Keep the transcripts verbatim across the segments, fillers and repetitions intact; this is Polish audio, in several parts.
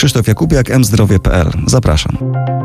Krzysztof Jakubiak, m zdrowie kropka p l. Zapraszam.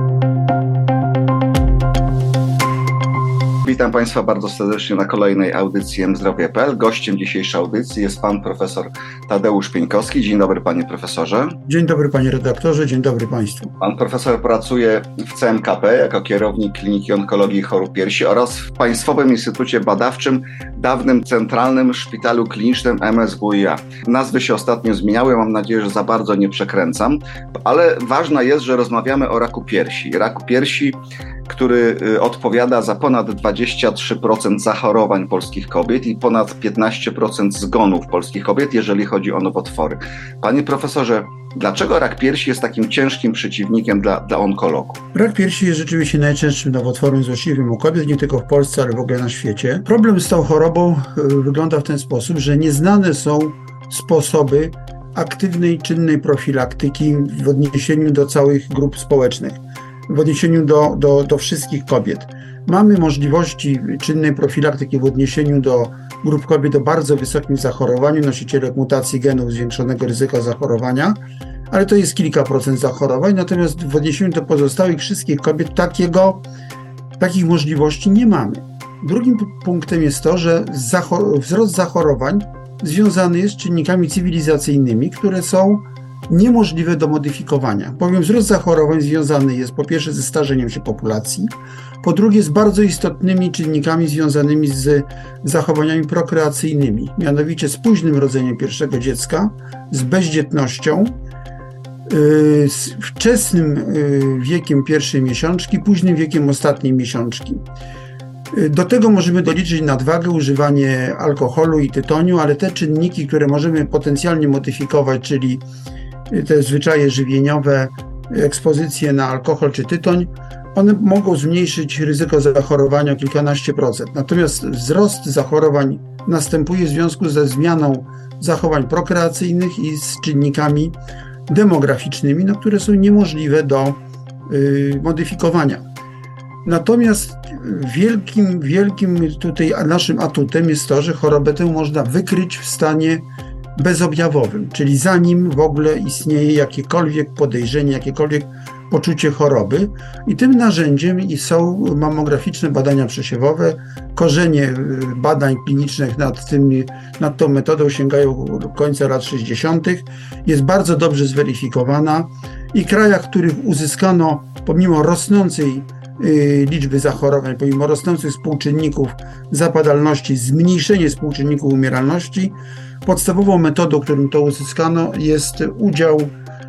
Witam Państwa bardzo serdecznie na kolejnej audycji m zdrowie kropka p l. Gościem dzisiejszej audycji jest pan profesor Tadeusz Pieńkowski. Dzień dobry, panie profesorze. Dzień dobry, panie redaktorze, dzień dobry państwu. Pan profesor pracuje w C M K P jako kierownik Kliniki Onkologii i Chorób Piersi oraz w Państwowym Instytucie Badawczym, dawnym Centralnym Szpitalu Klinicznym M S W i A. Nazwy się ostatnio zmieniały, mam nadzieję, że za bardzo nie przekręcam, ale ważne jest, że rozmawiamy o raku piersi. Raku piersi, który odpowiada za ponad dwadzieścia trzy procent zachorowań polskich kobiet i ponad piętnaście procent zgonów polskich kobiet, jeżeli chodzi o nowotwory. Panie profesorze, dlaczego rak piersi jest takim ciężkim przeciwnikiem dla, dla onkologów? Rak piersi jest rzeczywiście najczęstszym nowotworem złośliwym u kobiet, nie tylko w Polsce, ale w ogóle na świecie. Problem z tą chorobą wygląda w ten sposób, że nieznane są sposoby aktywnej, czynnej profilaktyki w odniesieniu do całych grup społecznych, w odniesieniu do, do, do wszystkich kobiet. Mamy możliwości czynnej profilaktyki w odniesieniu do grup kobiet o bardzo wysokim zachorowaniu, nosicielek mutacji genów zwiększonego ryzyka zachorowania, ale to jest kilka procent zachorowań, natomiast w odniesieniu do pozostałych wszystkich kobiet takiego, takich możliwości nie mamy. Drugim punktem jest to, że zachor- wzrost zachorowań związany jest z czynnikami cywilizacyjnymi, które są niemożliwe do modyfikowania. Bowiem wzrost zachorowań związany jest po pierwsze ze starzeniem się populacji, po drugie z bardzo istotnymi czynnikami związanymi z zachowaniami prokreacyjnymi, mianowicie z późnym rodzeniem pierwszego dziecka, z bezdzietnością, yy, z wczesnym yy, wiekiem pierwszej miesiączki, późnym wiekiem ostatniej miesiączki. Yy, do tego możemy doliczyć nadwagę, używanie alkoholu i tytoniu, ale te czynniki, które możemy potencjalnie modyfikować, czyli te zwyczaje żywieniowe, ekspozycje na alkohol czy tytoń, one mogą zmniejszyć ryzyko zachorowania o kilkanaście procent. Natomiast wzrost zachorowań następuje w związku ze zmianą zachowań prokreacyjnych i z czynnikami demograficznymi, no, które są niemożliwe do y, modyfikowania. Natomiast wielkim, wielkim tutaj naszym atutem jest to, że chorobę tę można wykryć w stanie bezobjawowym, czyli zanim w ogóle istnieje jakiekolwiek podejrzenie, jakiekolwiek poczucie choroby, i tym narzędziem są mammograficzne badania przesiewowe. Korzenie badań klinicznych nad, tym, nad tą metodą sięgają końca lat sześćdziesiątych. Jest bardzo dobrze zweryfikowana i w krajach, w których uzyskano pomimo rosnącej liczby zachorowań, pomimo rosnących współczynników zapadalności, zmniejszenie współczynników umieralności, podstawową metodą, którym to uzyskano, jest udział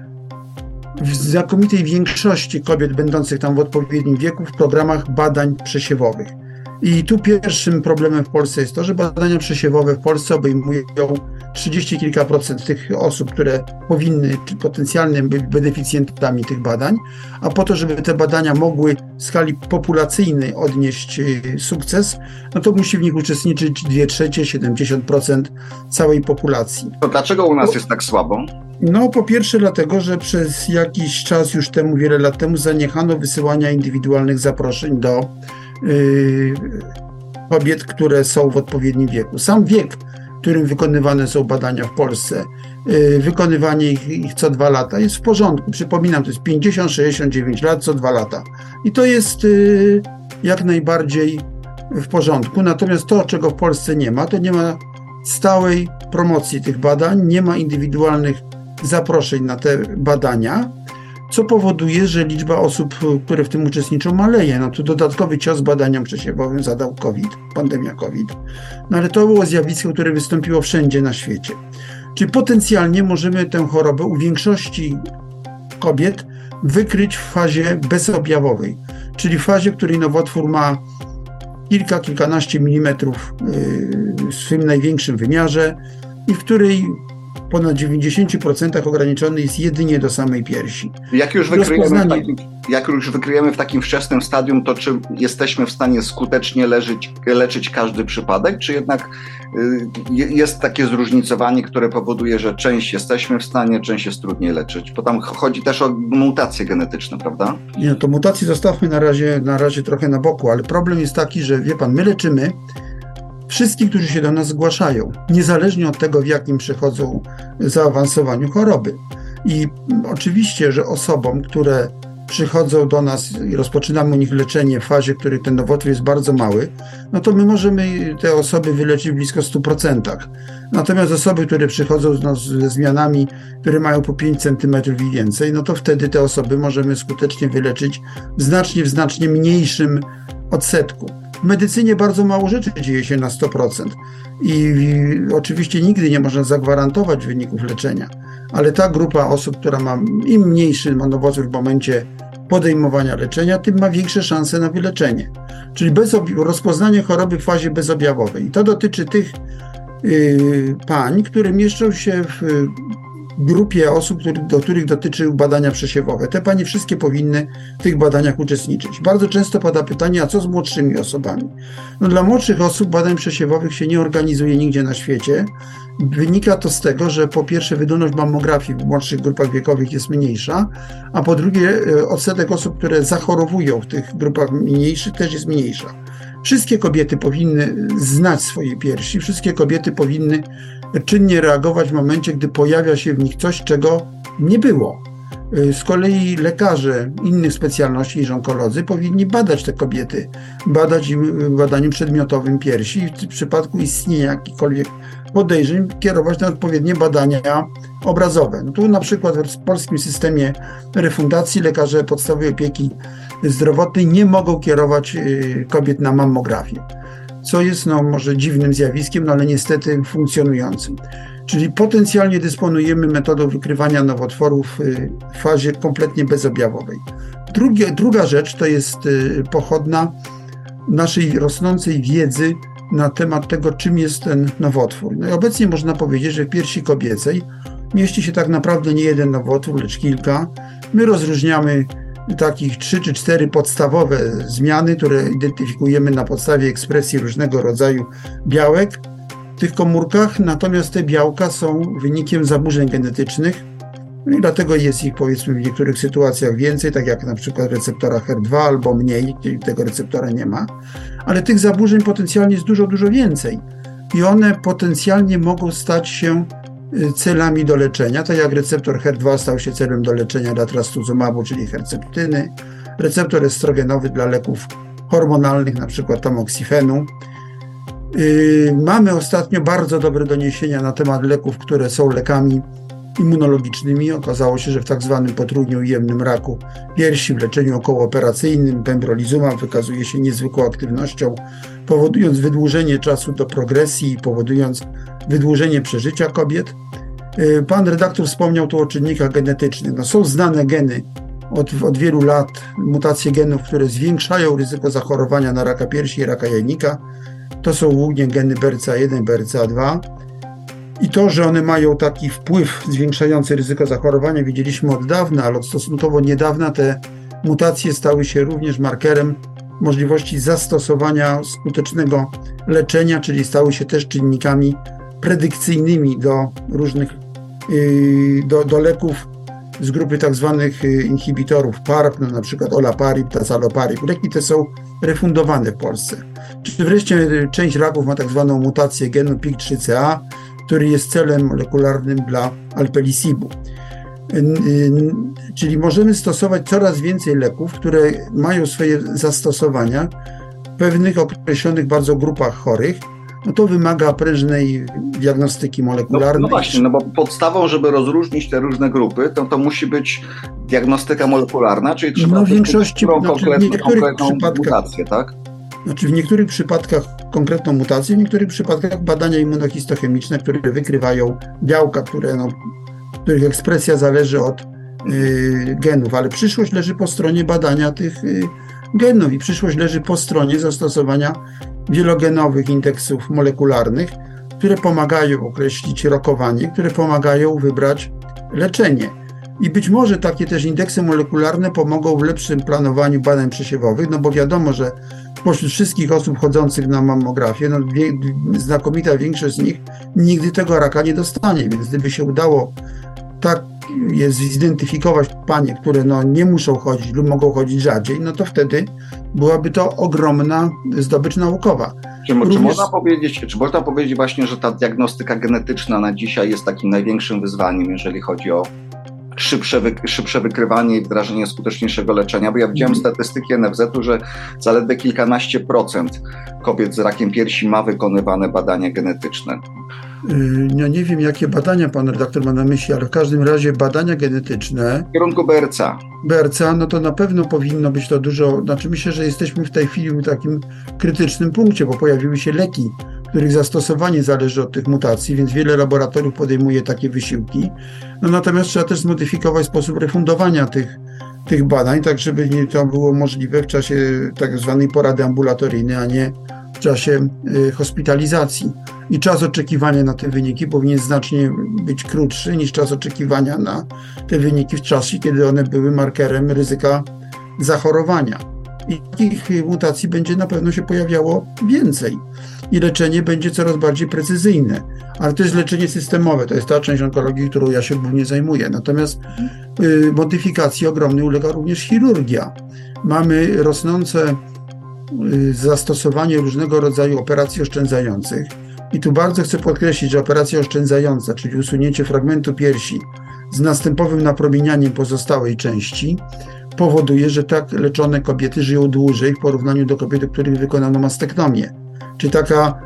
w znakomitej większości kobiet będących tam w odpowiednim wieku w programach badań przesiewowych. I tu pierwszym problemem w Polsce jest to, że badania przesiewowe w Polsce obejmują trzydzieści kilka procent tych osób, które powinny, czy potencjalnie być beneficjentami tych badań, a po to, żeby te badania mogły w skali populacyjnej odnieść sukces, no to musi w nich uczestniczyć dwie trzecie, siedemdziesiąt procent całej populacji. To dlaczego u nas jest tak słabo? No po pierwsze dlatego, że przez jakiś czas już temu, wiele lat temu zaniechano wysyłania indywidualnych zaproszeń do yy, kobiet, które są w odpowiednim wieku. Sam wiek, w którym wykonywane są badania w Polsce, yy, wykonywanie ich, ich co dwa lata jest w porządku. Przypominam, to jest pięćdziesiąt sześćdziesiąt dziewięć lat co dwa lata. I to jest yy, jak najbardziej w porządku. Natomiast to, czego w Polsce nie ma, to nie ma stałej promocji tych badań, nie ma indywidualnych zaproszeń na te badania, co powoduje, że liczba osób, które w tym uczestniczą, maleje. No tu dodatkowy cios badaniom przesiewowym zadał COVID, pandemia COVID, no ale to było zjawisko, które wystąpiło wszędzie na świecie. Czyli potencjalnie możemy tę chorobę u większości kobiet wykryć w fazie bezobjawowej, czyli w fazie, w której nowotwór ma kilka, kilkanaście milimetrów w swym największym wymiarze i w której ponad dziewięćdziesiąt procent ograniczony jest jedynie do samej piersi. Jak już, wykryjemy w takim, jak już wykryjemy w takim wczesnym stadium, to czy jesteśmy w stanie skutecznie leczyć, leczyć każdy przypadek, czy jednak y, jest takie zróżnicowanie, które powoduje, że część jesteśmy w stanie, część jest trudniej leczyć? Bo tam chodzi też o mutacje genetyczne, prawda? Nie, to mutacje zostawmy na razie, na razie trochę na boku, ale problem jest taki, że wie pan, my leczymy wszystkich, którzy się do nas zgłaszają, niezależnie od tego, w jakim przychodzą zaawansowaniu choroby. I oczywiście, że osobom, które przychodzą do nas i rozpoczynamy u nich leczenie w fazie, w której ten nowotwór jest bardzo mały, no to my możemy te osoby wyleczyć w blisko stu procentach. Natomiast osoby, które przychodzą no, ze zmianami, które mają po pięć centymetrów i więcej, no to wtedy te osoby możemy skutecznie wyleczyć w znacznie, w znacznie mniejszym odsetku. W medycynie bardzo mało rzeczy dzieje się na sto procent i, i oczywiście nigdy nie można zagwarantować wyników leczenia, ale ta grupa osób, która ma im mniejszy ma nowotwór w momencie podejmowania leczenia, tym ma większe szanse na wyleczenie. Czyli bezobj- rozpoznanie choroby w fazie bezobjawowej. I to dotyczy tych yy, pań, które mieszczą się w yy, grupie osób, który, do których dotyczy badania przesiewowe. Te panie wszystkie powinny w tych badaniach uczestniczyć. Bardzo często pada pytanie, a co z młodszymi osobami? No, dla młodszych osób badań przesiewowych się nie organizuje nigdzie na świecie. Wynika to z tego, że po pierwsze wydolność mammografii w młodszych grupach wiekowych jest mniejsza, a po drugie odsetek osób, które zachorowują w tych grupach mniejszych też jest mniejsza. Wszystkie kobiety powinny znać swoje piersi, wszystkie kobiety powinny czynnie reagować w momencie, gdy pojawia się w nich coś, czego nie było. Z kolei lekarze innych specjalności niż onkolodzy powinni badać te kobiety, badać im badaniem przedmiotowym piersi i w przypadku istnienia jakichkolwiek podejrzeń kierować na odpowiednie badania obrazowe. No tu na przykład w polskim systemie refundacji lekarze podstawowej opieki zdrowotnej nie mogą kierować kobiet na mammografię, co jest no, może dziwnym zjawiskiem, no ale niestety funkcjonującym. Czyli potencjalnie dysponujemy metodą wykrywania nowotworów w fazie kompletnie bezobjawowej. Drugie, druga rzecz to jest pochodna naszej rosnącej wiedzy na temat tego, czym jest ten nowotwór. No i obecnie można powiedzieć, że w piersi kobiecej mieści się tak naprawdę nie jeden nowotwór, lecz kilka. My rozróżniamy takich trzy czy cztery podstawowe zmiany, które identyfikujemy na podstawie ekspresji różnego rodzaju białek w tych komórkach, natomiast te białka są wynikiem zaburzeń genetycznych, no i dlatego jest ich powiedzmy w niektórych sytuacjach więcej, tak jak na przykład receptora H E R dwa albo mniej, czyli tego receptora nie ma, ale tych zaburzeń potencjalnie jest dużo, dużo więcej i one potencjalnie mogą stać się celami do leczenia, tak jak receptor H E R dwa stał się celem do leczenia dla trastuzumabu, czyli herceptyny, receptor estrogenowy dla leków hormonalnych, na przykład tamoksifenu. Yy, mamy ostatnio bardzo dobre doniesienia na temat leków, które są lekami immunologicznymi. Okazało się, że w tak zwanym potrójnie ujemnym raku piersi w leczeniu okołooperacyjnym pembrolizumab wykazuje się niezwykłą aktywnością, powodując wydłużenie czasu do progresji i powodując wydłużenie przeżycia kobiet. Pan redaktor wspomniał tu o czynnikach genetycznych. No, są znane geny od, od wielu lat, mutacje genów, które zwiększają ryzyko zachorowania na raka piersi i raka jajnika. To są głównie geny B R C A jeden, B R C A dwa. I to, że one mają taki wpływ zwiększający ryzyko zachorowania, widzieliśmy od dawna, ale od stosunkowo niedawna te mutacje stały się również markerem możliwości zastosowania skutecznego leczenia, czyli stały się też czynnikami predykcyjnymi do różnych, do, do leków z grupy tak zwanych inhibitorów P A R P, no na przykład olaparib, tazaloparib. Leki te są refundowane w Polsce. Czy wreszcie część raków ma tak zwaną mutację genu P I K trzy C A, który jest celem molekularnym dla alpelisibu. Czyli możemy stosować coraz więcej leków, które mają swoje zastosowania w pewnych określonych bardzo grupach chorych. No to wymaga prężnej diagnostyki molekularnej. No, no właśnie, no bo podstawą, żeby rozróżnić te różne grupy, to, to musi być diagnostyka molekularna, czyli trzeba no, w większości, znaczy konkretną, w niektórych konkretną przypadkach, mutację, tak? Znaczy w niektórych przypadkach konkretną mutację, w niektórych przypadkach badania immunohistochemiczne, które wykrywają białka, które, no, których ekspresja zależy od y, genów, ale przyszłość leży po stronie badania tych y, genów i przyszłość leży po stronie zastosowania wielogenowych indeksów molekularnych, które pomagają określić rokowanie, które pomagają wybrać leczenie. I być może takie też indeksy molekularne pomogą w lepszym planowaniu badań przesiewowych, no bo wiadomo, że spośród wszystkich osób chodzących na mammografię, no wie, znakomita większość z nich nigdy tego raka nie dostanie, więc gdyby się udało tak jest zidentyfikować panie, które no nie muszą chodzić lub mogą chodzić rzadziej, no to wtedy byłaby to ogromna zdobycz naukowa. Czy, Również... czy, można powiedzieć, czy można powiedzieć właśnie, że ta diagnostyka genetyczna na dzisiaj jest takim największym wyzwaniem, jeżeli chodzi o szybsze, wy, szybsze wykrywanie i wdrażanie skuteczniejszego leczenia, bo ja widziałem statystyki N F Z-u, że zaledwie kilkanaście procent kobiet z rakiem piersi ma wykonywane badania genetyczne. Ja nie wiem, jakie badania pan redaktor ma na myśli, ale w każdym razie badania genetyczne W kierunku B R C A. B R C A, no to na pewno powinno być to dużo, znaczy myślę, że jesteśmy w tej chwili w takim krytycznym punkcie, bo pojawiły się leki, których zastosowanie zależy od tych mutacji, więc wiele laboratoriów podejmuje takie wysiłki. No natomiast trzeba też zmodyfikować sposób refundowania tych, tych badań, tak żeby nie to było możliwe w czasie tak zwanej porady ambulatoryjnej, a nie w czasie y, hospitalizacji. I czas oczekiwania na te wyniki powinien znacznie być krótszy niż czas oczekiwania na te wyniki w czasie, kiedy one były markerem ryzyka zachorowania. I takich mutacji będzie na pewno się pojawiało więcej. I leczenie będzie coraz bardziej precyzyjne. Ale to jest leczenie systemowe, to jest ta część onkologii, którą ja się głównie zajmuję. Natomiast y, modyfikacji ogromnej ulega również chirurgia. Mamy rosnące y, zastosowanie różnego rodzaju operacji oszczędzających. I tu bardzo chcę podkreślić, że operacja oszczędzająca, czyli usunięcie fragmentu piersi z następowym napromienianiem pozostałej części, powoduje, że tak leczone kobiety żyją dłużej w porównaniu do kobiet, u których wykonano mastektomię. Czy taka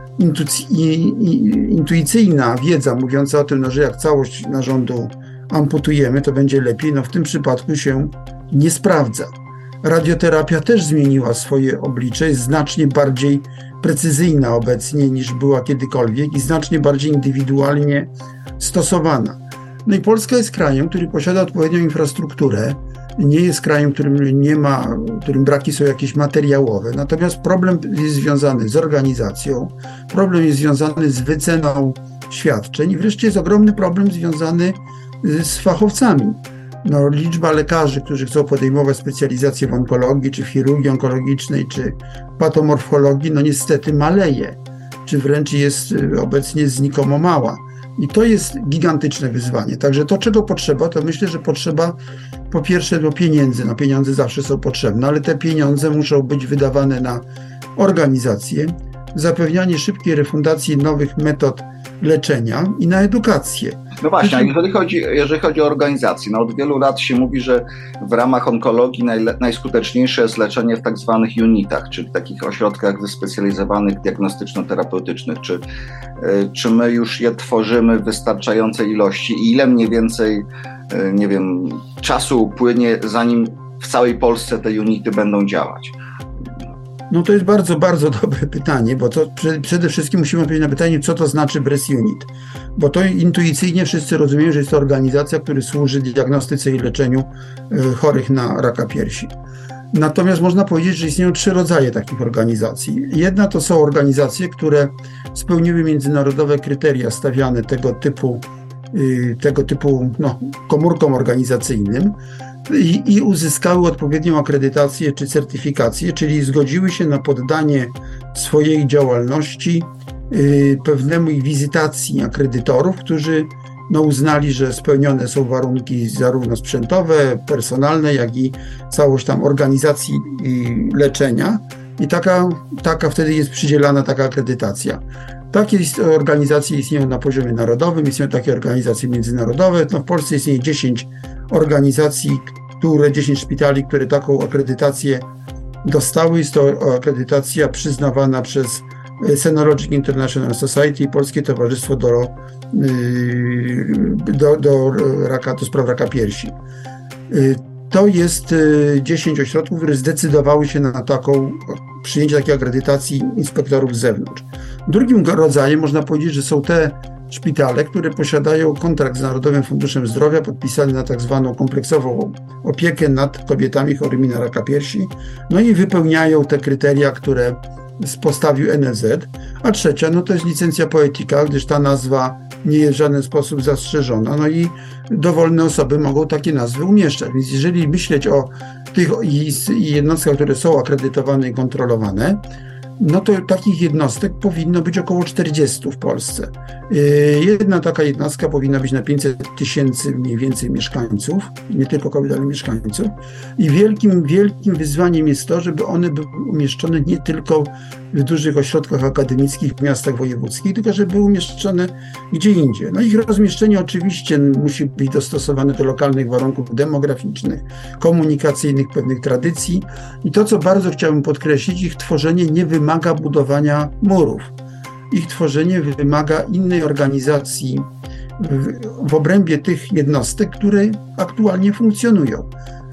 intuicyjna wiedza mówiąca o tym, no, że jak całość narządu amputujemy, to będzie lepiej, no w tym przypadku się nie sprawdza. Radioterapia też zmieniła swoje oblicze, jest znacznie bardziej precyzyjna obecnie niż była kiedykolwiek i znacznie bardziej indywidualnie stosowana. No i Polska jest krajem, który posiada odpowiednią infrastrukturę, nie jest krajem, którym nie ma, którym braki są jakieś materiałowe, natomiast problem jest związany z organizacją, problem jest związany z wyceną świadczeń i wreszcie jest ogromny problem związany z fachowcami. No, liczba lekarzy, którzy chcą podejmować specjalizację w onkologii, czy w chirurgii onkologicznej, czy patomorfologii, no niestety maleje, czy wręcz jest obecnie znikomo mała. I to jest gigantyczne wyzwanie. Także to, czego potrzeba, to myślę, że potrzeba po pierwsze do pieniędzy. No pieniądze zawsze są potrzebne, ale te pieniądze muszą być wydawane na organizację, zapewnianie szybkiej refundacji nowych metod leczenia i na edukację. No właśnie, a jeżeli chodzi, jeżeli chodzi o organizację, no od wielu lat się mówi, że w ramach onkologii najle, najskuteczniejsze jest leczenie w tak zwanych unitach, czyli takich ośrodkach wyspecjalizowanych, diagnostyczno-terapeutycznych. Czy, czy my już je tworzymy w wystarczającej ilości i ile mniej więcej, nie wiem, czasu upłynie, zanim w całej Polsce te unity będą działać? No to jest bardzo, bardzo dobre pytanie, bo to przede wszystkim musimy odpowiedzieć na pytanie, co to znaczy Breast Unit. Bo to intuicyjnie wszyscy rozumieją, że jest to organizacja, która służy diagnostyce i leczeniu chorych na raka piersi. Natomiast można powiedzieć, że istnieją trzy rodzaje takich organizacji. Jedna to są organizacje, które spełniły międzynarodowe kryteria stawiane tego typu, tego typu no, komórkom organizacyjnym, I, i uzyskały odpowiednią akredytację czy certyfikację, czyli zgodziły się na poddanie swojej działalności y, pewnemu wizytacji akredytorów, którzy no, uznali, że spełnione są warunki zarówno sprzętowe, personalne, jak i całość tam organizacji y, leczenia i taka, taka wtedy jest przydzielana taka akredytacja. Takie organizacje istnieją na poziomie narodowym, istnieją takie organizacje międzynarodowe. No, w Polsce istnieje dziesięć organizacji, które, dziesięć szpitali, które taką akredytację dostały. Jest to akredytacja przyznawana przez Senologic International Society i Polskie Towarzystwo do, do, do, raka, do spraw raka piersi. To jest dziesięć ośrodków, które zdecydowały się na taką przyjęcie takiej akredytacji inspektorów z zewnątrz. Drugim rodzajem można powiedzieć, że są te szpitale, które posiadają kontrakt z Narodowym Funduszem Zdrowia podpisany na tak zwaną kompleksową opiekę nad kobietami chorymi na raka piersi, no i wypełniają te kryteria, które postawił N F Z. A trzecia, no to jest licencja poetyka, gdyż ta nazwa nie jest w żaden sposób zastrzeżona, no i dowolne osoby mogą takie nazwy umieszczać. Więc jeżeli myśleć o tych jednostkach, które są akredytowane i kontrolowane, no to takich jednostek powinno być około czterdzieści w Polsce. Jedna taka jednostka powinna być na pięćset tysięcy mniej więcej mieszkańców, nie tylko kobiet, ale mieszkańców. I wielkim, wielkim wyzwaniem jest to, żeby one były umieszczone nie tylko w dużych ośrodkach akademickich, w miastach wojewódzkich, tylko że były umieszczone gdzie indziej. No ich rozmieszczenie oczywiście musi być dostosowane do lokalnych warunków demograficznych, komunikacyjnych, pewnych tradycji. I to, co bardzo chciałbym podkreślić, ich tworzenie nie wymaga budowania murów. Ich tworzenie wymaga innej organizacji w, w obrębie tych jednostek, które aktualnie funkcjonują.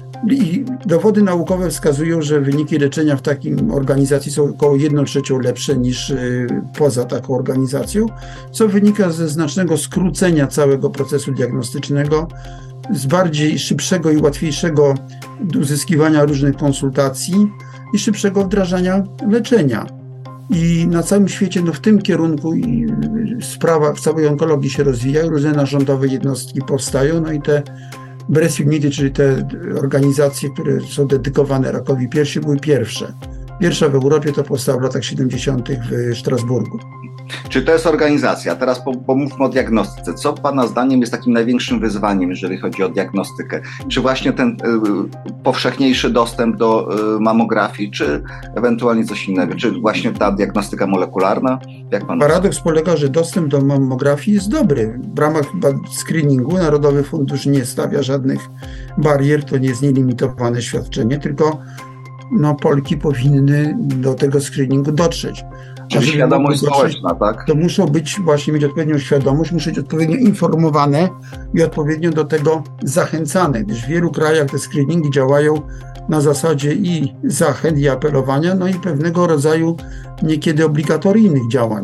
I dowody naukowe wskazują, że wyniki leczenia w takim organizacji są około jedną trzecią lepsze niż poza taką organizacją, co wynika ze znacznego skrócenia całego procesu diagnostycznego, z bardziej szybszego i łatwiejszego uzyskiwania różnych konsultacji i szybszego wdrażania leczenia. I na całym świecie no w tym kierunku i sprawa w całej onkologii się rozwija, różne narządowe jednostki powstają, no i te Breast Unity, czyli te organizacje, które są dedykowane rakowi piersi, były pierwsze. Pierwsza w Europie to powstała w latach siedemdziesiątych w Strasburgu. Czy to jest organizacja? Teraz pomówmy o diagnostyce. Co Pana zdaniem jest takim największym wyzwaniem, jeżeli chodzi o diagnostykę? Czy właśnie ten y, powszechniejszy dostęp do y, mamografii, czy ewentualnie coś innego? Czy właśnie ta diagnostyka molekularna? Jak pan Paradoks myśli? Polega, że dostęp do mamografii jest dobry. W ramach screeningu Narodowy Fundusz nie stawia żadnych barier, to nie jest nielimitowane świadczenie, tylko no, Polki powinny do tego screeningu dotrzeć. Czyli świadomość społeczna, tak? To muszą być, właśnie mieć odpowiednią świadomość, muszą być odpowiednio informowane i odpowiednio do tego zachęcane, gdyż w wielu krajach te screeningi działają na zasadzie i zachęt, i apelowania, no i pewnego rodzaju niekiedy obligatoryjnych działań.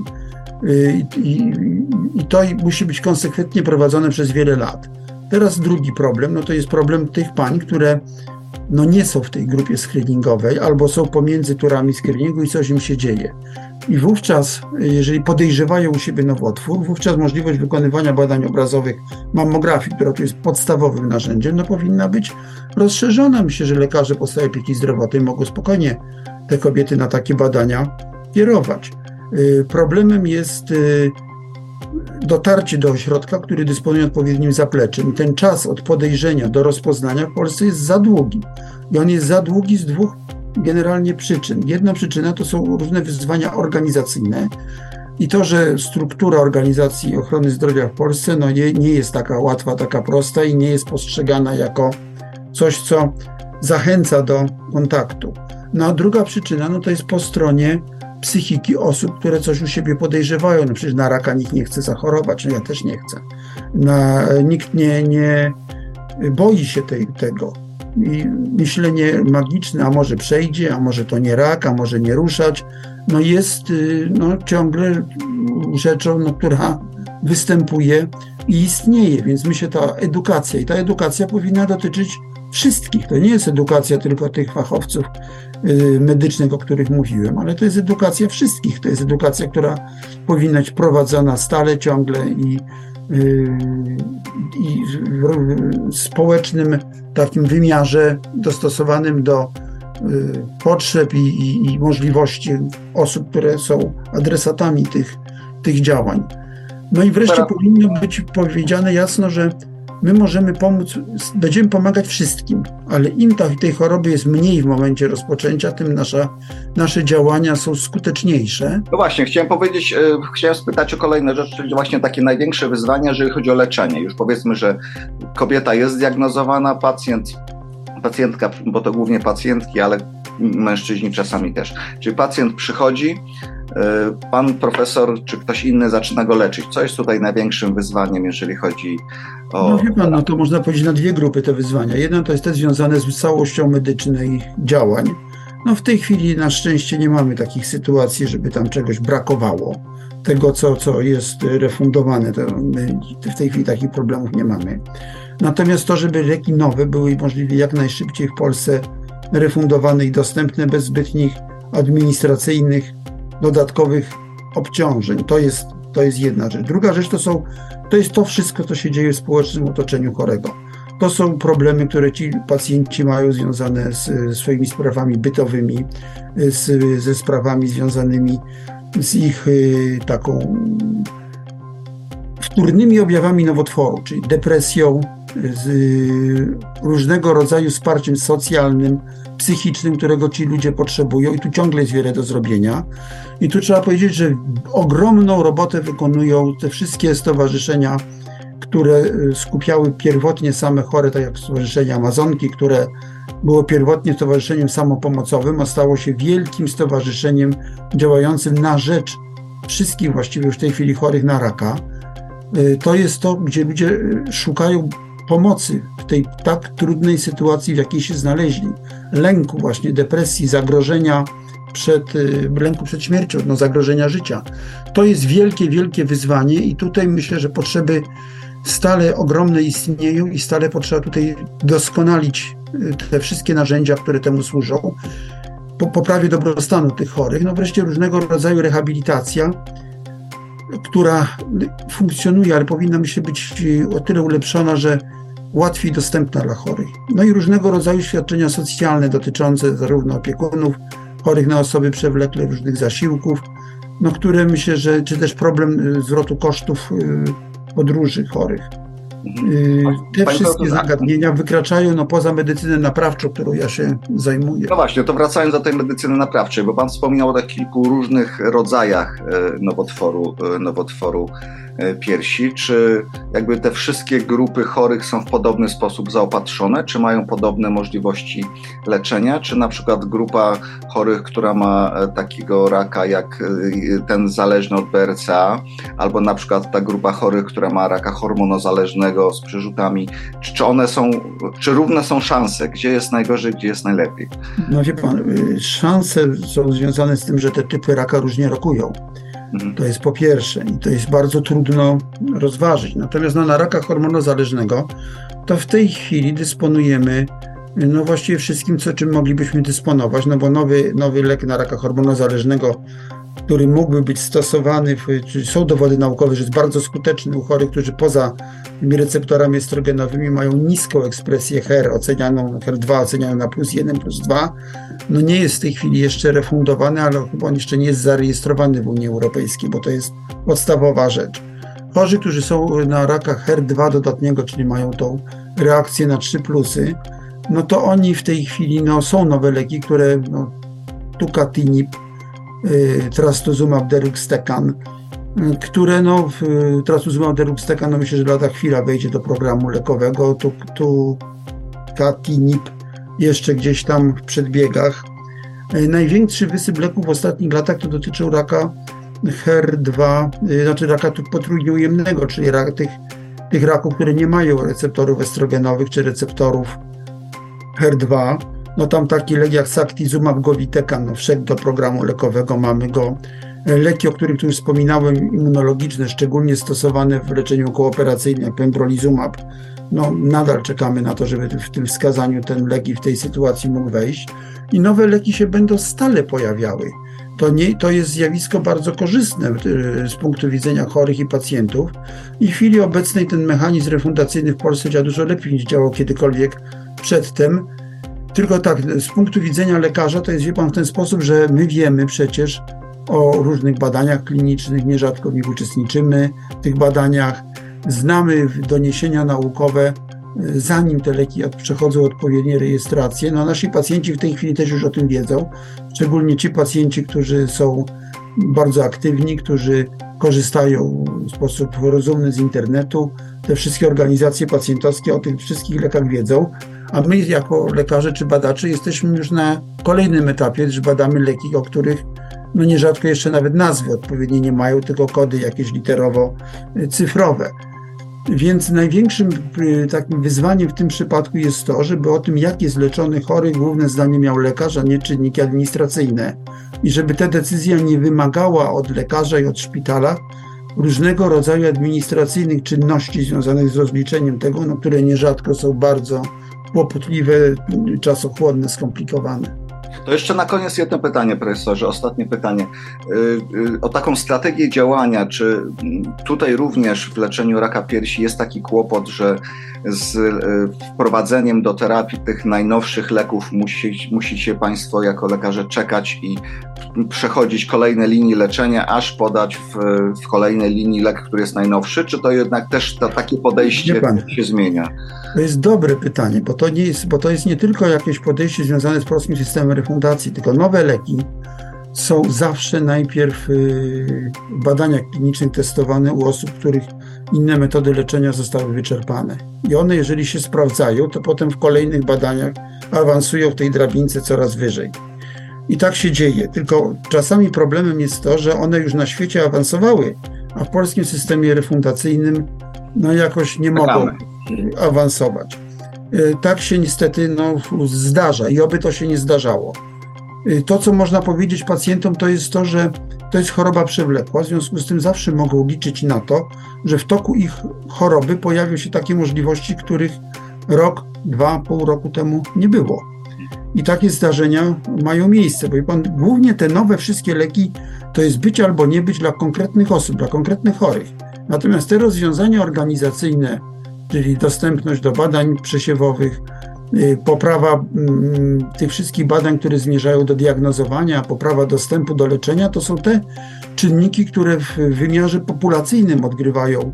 I, i, i to musi być konsekwentnie prowadzone przez wiele lat. Teraz drugi problem, no to jest problem tych pań, które no nie są w tej grupie screeningowej albo są pomiędzy turami screeningu i coś im się dzieje. I wówczas, jeżeli podejrzewają u siebie nowotwór, wówczas możliwość wykonywania badań obrazowych mammografii, która tu jest podstawowym narzędziem, no powinna być rozszerzona. Myślę, że lekarze podstawowej opieki zdrowotnej mogą spokojnie te kobiety na takie badania kierować. Problemem jest dotarcie do ośrodka, który dysponuje odpowiednim zapleczem. I ten czas od podejrzenia do rozpoznania w Polsce jest za długi. I on jest za długi z dwóch generalnie przyczyn. Jedna przyczyna to są różne wyzwania organizacyjne i to, że struktura organizacji ochrony zdrowia w Polsce no nie, nie jest taka łatwa, taka prosta i nie jest postrzegana jako coś, co zachęca do kontaktu. No a druga przyczyna no to jest po stronie psychiki osób, które coś u siebie podejrzewają. No przecież na raka nikt nie chce zachorować, no ja też nie chcę. Na, nikt nie, nie boi się tej, tego. I myślenie magiczne, a może przejdzie, a może to nie rak, a może nie ruszać, no jest no, ciągle rzeczą, no, która występuje i istnieje, więc myślę, ta edukacja i ta edukacja powinna dotyczyć wszystkich. To nie jest edukacja tylko tych fachowców y, medycznych, o których mówiłem, ale to jest edukacja wszystkich. To jest edukacja, która powinna być prowadzona stale, ciągle i i w społecznym takim wymiarze dostosowanym do potrzeb i, i, i możliwości osób, które są adresatami tych, tych działań. No i wreszcie Teraz... powinno być powiedziane jasno, że my możemy pomóc, będziemy pomagać wszystkim, ale im ta, tej choroby jest mniej w momencie rozpoczęcia, tym nasza, nasze działania są skuteczniejsze. No właśnie, chciałem powiedzieć, e, chciałem spytać o kolejne rzeczy, czyli właśnie takie największe wyzwania, jeżeli chodzi o leczenie. Już powiedzmy, że kobieta jest zdiagnozowana, pacjent, pacjentka, bo to głównie pacjentki, ale mężczyźni czasami też. Czyli pacjent przychodzi, pan profesor czy ktoś inny zaczyna go leczyć. Co jest tutaj największym wyzwaniem, jeżeli chodzi o... No wie pan, no to można powiedzieć na dwie grupy te wyzwania. Jedna to jest te związane z całością medycznej działań. No w tej chwili na szczęście nie mamy takich sytuacji, żeby tam czegoś brakowało. Tego, co, co jest refundowane, to my w tej chwili takich problemów nie mamy. Natomiast to, żeby leki nowe były możliwie jak najszybciej w Polsce refundowane i dostępne bez zbytnich administracyjnych dodatkowych obciążeń. To jest, to jest jedna rzecz. Druga rzecz to są, to jest to wszystko, co się dzieje w społecznym otoczeniu chorego. To są problemy, które ci pacjenci mają związane z, ze swoimi sprawami bytowymi, z, ze sprawami związanymi z ich y, taką wtórnymi objawami nowotworu, czyli depresją, z y, różnego rodzaju wsparciem socjalnym, psychicznym, którego ci ludzie potrzebują i tu ciągle jest wiele do zrobienia. I tu trzeba powiedzieć, że ogromną robotę wykonują te wszystkie stowarzyszenia, które skupiały pierwotnie same chore, tak jak Stowarzyszenie Amazonki, które było pierwotnie stowarzyszeniem samopomocowym, a stało się wielkim stowarzyszeniem działającym na rzecz wszystkich właściwie już w tej chwili chorych na raka. To jest to, gdzie ludzie szukają pomocy w tej tak trudnej sytuacji, w jakiej się znaleźli. Lęku właśnie, depresji, zagrożenia przed, lęku przed śmiercią, no zagrożenia życia. To jest wielkie, wielkie wyzwanie i tutaj myślę, że potrzeby stale ogromne istnieją i stale potrzeba tutaj doskonalić te wszystkie narzędzia, które temu służą. Po poprawie dobrostanu tych chorych, no wreszcie różnego rodzaju rehabilitacja, która funkcjonuje, ale powinna myślę być o tyle ulepszona, że łatwiej dostępna dla chorych. No i różnego rodzaju świadczenia socjalne dotyczące zarówno opiekunów chorych na osoby przewlekle, różnych zasiłków, no które myślę, że czy też problem zwrotu kosztów podróży chorych. Te Państwo wszystkie zagadnienia wykraczają no, poza medycynę naprawczą, którą ja się zajmuję. No właśnie, to wracając do tej medycyny naprawczej, bo Pan wspominał o tak kilku różnych rodzajach nowotworu, nowotworu piersi. Czy jakby te wszystkie grupy chorych są w podobny sposób zaopatrzone? Czy mają podobne możliwości leczenia? Czy na przykład grupa chorych, która ma takiego raka jak ten zależny od B R C A, albo na przykład ta grupa chorych, która ma raka hormonozależnego z przerzutami, czy, czy one są, czy równe są szanse? Gdzie jest najgorzej, gdzie jest najlepiej? No wie Pan, szanse są związane z tym, że te typy raka różnie rokują. To jest po pierwsze i to jest bardzo trudno rozważyć. Natomiast no, na raka hormonozależnego to w tej chwili dysponujemy no właściwie wszystkim, co, czym moglibyśmy dysponować, no bo nowy, nowy lek na raka hormonozależnego, który mógłby być stosowany, w, czy są dowody naukowe, że jest bardzo skuteczny u chorych, którzy poza tymi receptorami estrogenowymi mają niską ekspresję H E R, ocenianą H E R dwa, ocenianą na plus jeden, plus dwa, no nie jest w tej chwili jeszcze refundowany, ale chyba on jeszcze nie jest zarejestrowany w Unii Europejskiej, bo to jest podstawowa rzecz. Chorzy, którzy są na rakach H E R dwa dodatniego, czyli mają tą reakcję na trzy plusy, no to oni w tej chwili, no są nowe leki, które, no, tucatinib, trastuzumab deruxtecan, które no, trastuzumab deruxtecan, no myślę, że lada chwila wejdzie do programu lekowego, tu, tu tucatinib jeszcze gdzieś tam w przedbiegach. Największy wysyp leków w ostatnich latach to dotyczył raka H E R dwa, znaczy raka potrójnie ujemnego, czyli rak, tych, tych raków, które nie mają receptorów estrogenowych czy receptorów H E R dwa. No tam taki lek jak saktizumab govitecan, no wszedł do programu lekowego, mamy go. Leki, o których tu już wspominałem, immunologiczne, szczególnie stosowane w leczeniu kooperacyjnym, pembrolizumab, no nadal czekamy na to, żeby w tym wskazaniu ten lek i w tej sytuacji mógł wejść. I nowe leki się będą stale pojawiały. To, nie, to jest zjawisko bardzo korzystne z punktu widzenia chorych i pacjentów. I w chwili obecnej ten mechanizm refundacyjny w Polsce działa dużo lepiej niż działał kiedykolwiek przedtem. Tylko tak, z punktu widzenia lekarza to jest, wie Pan, w ten sposób, że my wiemy przecież o różnych badaniach klinicznych, nierzadko w nich uczestniczymy, w tych badaniach, znamy doniesienia naukowe, zanim te leki przechodzą odpowiednie rejestracje. No nasi pacjenci w tej chwili też już o tym wiedzą, szczególnie ci pacjenci, którzy są bardzo aktywni, którzy korzystają w sposób rozumny z internetu. Te wszystkie organizacje pacjentowskie o tych wszystkich lekach wiedzą, a my jako lekarze czy badacze jesteśmy już na kolejnym etapie, że badamy leki, o których no nierzadko jeszcze nawet nazwy odpowiednie nie mają, tylko kody jakieś literowo-cyfrowe. Więc największym takim wyzwaniem w tym przypadku jest to, żeby o tym, jak jest leczony chory, główne zdanie miał lekarz, a nie czynniki administracyjne. I żeby ta decyzja nie wymagała od lekarza i od szpitala różnego rodzaju administracyjnych czynności związanych z rozliczeniem tego, no, które nierzadko są bardzo kłopotliwe, czasochłonne, skomplikowane. To jeszcze na koniec jedno pytanie, profesorze, ostatnie pytanie. O taką strategię działania, czy tutaj również w leczeniu raka piersi jest taki kłopot, że z wprowadzeniem do terapii tych najnowszych leków musi, musicie Państwo jako lekarze czekać i przechodzić kolejne linie leczenia, aż podać w, w kolejnej linii lek, który jest najnowszy, czy to jednak też to, takie podejście się zmienia? To jest dobre pytanie, bo to, nie jest, bo to jest nie tylko jakieś podejście związane z polskim systemem refundacji, tylko nowe leki są zawsze najpierw w badaniach klinicznych testowane u osób, których inne metody leczenia zostały wyczerpane. I one, jeżeli się sprawdzają, to potem w kolejnych badaniach awansują w tej drabince coraz wyżej. I tak się dzieje, tylko czasami problemem jest to, że one już na świecie awansowały, a w polskim systemie refundacyjnym no jakoś nie mogą awansować. Tak się niestety no, zdarza i oby to się nie zdarzało. To, co można powiedzieć pacjentom, to jest to, że to jest choroba przewlekła, w związku z tym zawsze mogą liczyć na to, że w toku ich choroby pojawią się takie możliwości, których rok, dwa, pół roku temu nie było. I takie zdarzenia mają miejsce, bo pan, głównie te nowe wszystkie leki to jest być albo nie być dla konkretnych osób, dla konkretnych chorych. Natomiast te rozwiązania organizacyjne, czyli dostępność do badań przesiewowych, poprawa tych wszystkich badań, które zmierzają do diagnozowania, poprawa dostępu do leczenia, to są te czynniki, które w wymiarze populacyjnym odgrywają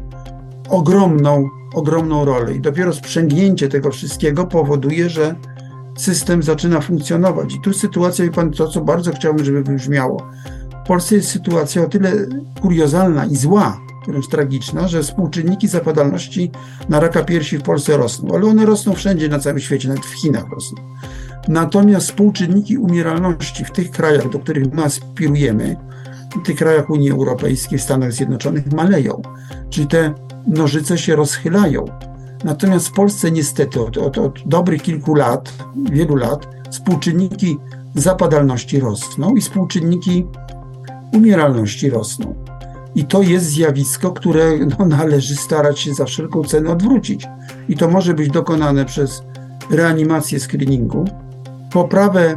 ogromną, ogromną rolę. I dopiero sprzęgnięcie tego wszystkiego powoduje, że system zaczyna funkcjonować. I tu sytuacja, wie pan, to co bardzo chciałbym, żeby wybrzmiało. W Polsce jest sytuacja o tyle kuriozalna i zła, wręcz tragiczna, że współczynniki zapadalności na raka piersi w Polsce rosną, ale one rosną wszędzie na całym świecie, nawet w Chinach rosną. Natomiast współczynniki umieralności w tych krajach, do których my aspirujemy, w tych krajach Unii Europejskiej, w Stanach Zjednoczonych maleją, czyli te nożyce się rozchylają. Natomiast w Polsce niestety od, od, od dobrych kilku lat, wielu lat, współczynniki zapadalności rosną i współczynniki umieralności rosną. I to jest zjawisko, które no, należy starać się za wszelką cenę odwrócić. I to może być dokonane przez reanimację screeningu, poprawę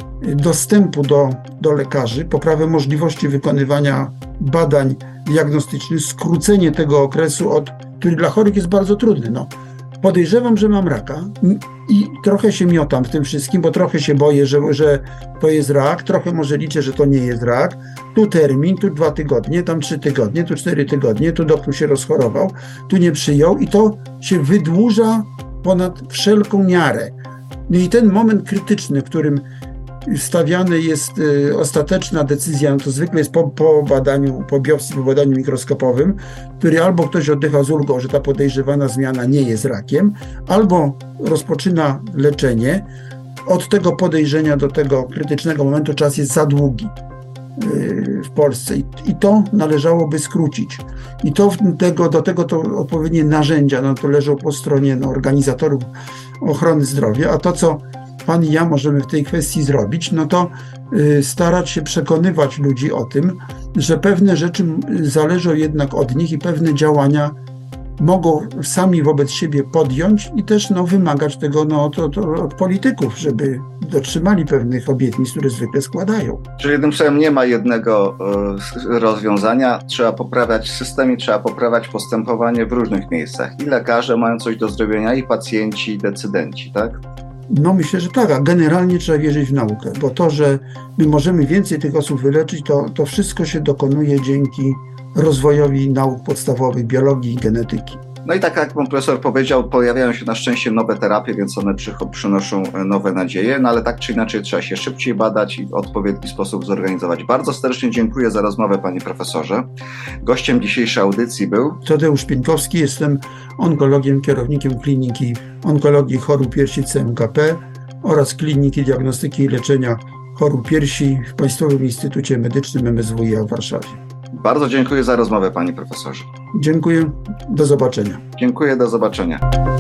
dostępu do, do lekarzy, poprawę możliwości wykonywania badań diagnostycznych, skrócenie tego okresu, od, który dla chorych jest bardzo trudny. No, podejrzewam, że mam raka i trochę się miotam w tym wszystkim, bo trochę się boję, że, że to jest rak, trochę może liczę, że to nie jest rak. Tu termin, tu dwa tygodnie, tam trzy tygodnie, tu cztery tygodnie, tu doktor się rozchorował, tu nie przyjął i to się wydłuża ponad wszelką miarę. No i ten moment krytyczny, w którym stawiana jest y, ostateczna decyzja, no to zwykle jest po, po badaniu, po biopsji, po badaniu mikroskopowym, który albo ktoś oddycha z ulgą, że ta podejrzewana zmiana nie jest rakiem, albo rozpoczyna leczenie. Od tego podejrzenia do tego krytycznego momentu czas jest za długi y, w Polsce i, i to należałoby skrócić. I to tego, do tego to odpowiednie narzędzia, no to leżą po stronie no, organizatorów ochrony zdrowia, a to, co pan i ja możemy w tej kwestii zrobić, no to y, starać się przekonywać ludzi o tym, że pewne rzeczy zależą jednak od nich i pewne działania mogą sami wobec siebie podjąć i też no, wymagać tego no, to, to od polityków, żeby dotrzymali pewnych obietnic, które zwykle składają. Czyli jednym słowem nie ma jednego y, rozwiązania, trzeba poprawiać system i trzeba poprawiać postępowanie w różnych miejscach. I lekarze mają coś do zrobienia, i pacjenci, i decydenci, tak? No myślę, że tak, a generalnie trzeba wierzyć w naukę, bo to, że my możemy więcej tych osób wyleczyć, to, to wszystko się dokonuje dzięki rozwojowi nauk podstawowych, biologii i genetyki. No i tak jak pan profesor powiedział, pojawiają się na szczęście nowe terapie, więc one przy, przynoszą nowe nadzieje, no ale tak czy inaczej trzeba się szybciej badać i w odpowiedni sposób zorganizować. Bardzo serdecznie dziękuję za rozmowę, panie profesorze. Gościem dzisiejszej audycji był Tadeusz Pieńkowski, jestem onkologiem, kierownikiem Kliniki Onkologii Chorób Piersi C M K P oraz Kliniki Diagnostyki i Leczenia Chorób Piersi w Państwowym Instytucie Medycznym M S W i A w Warszawie. Bardzo dziękuję za rozmowę, panie profesorze. Dziękuję, do zobaczenia. Dziękuję, do zobaczenia.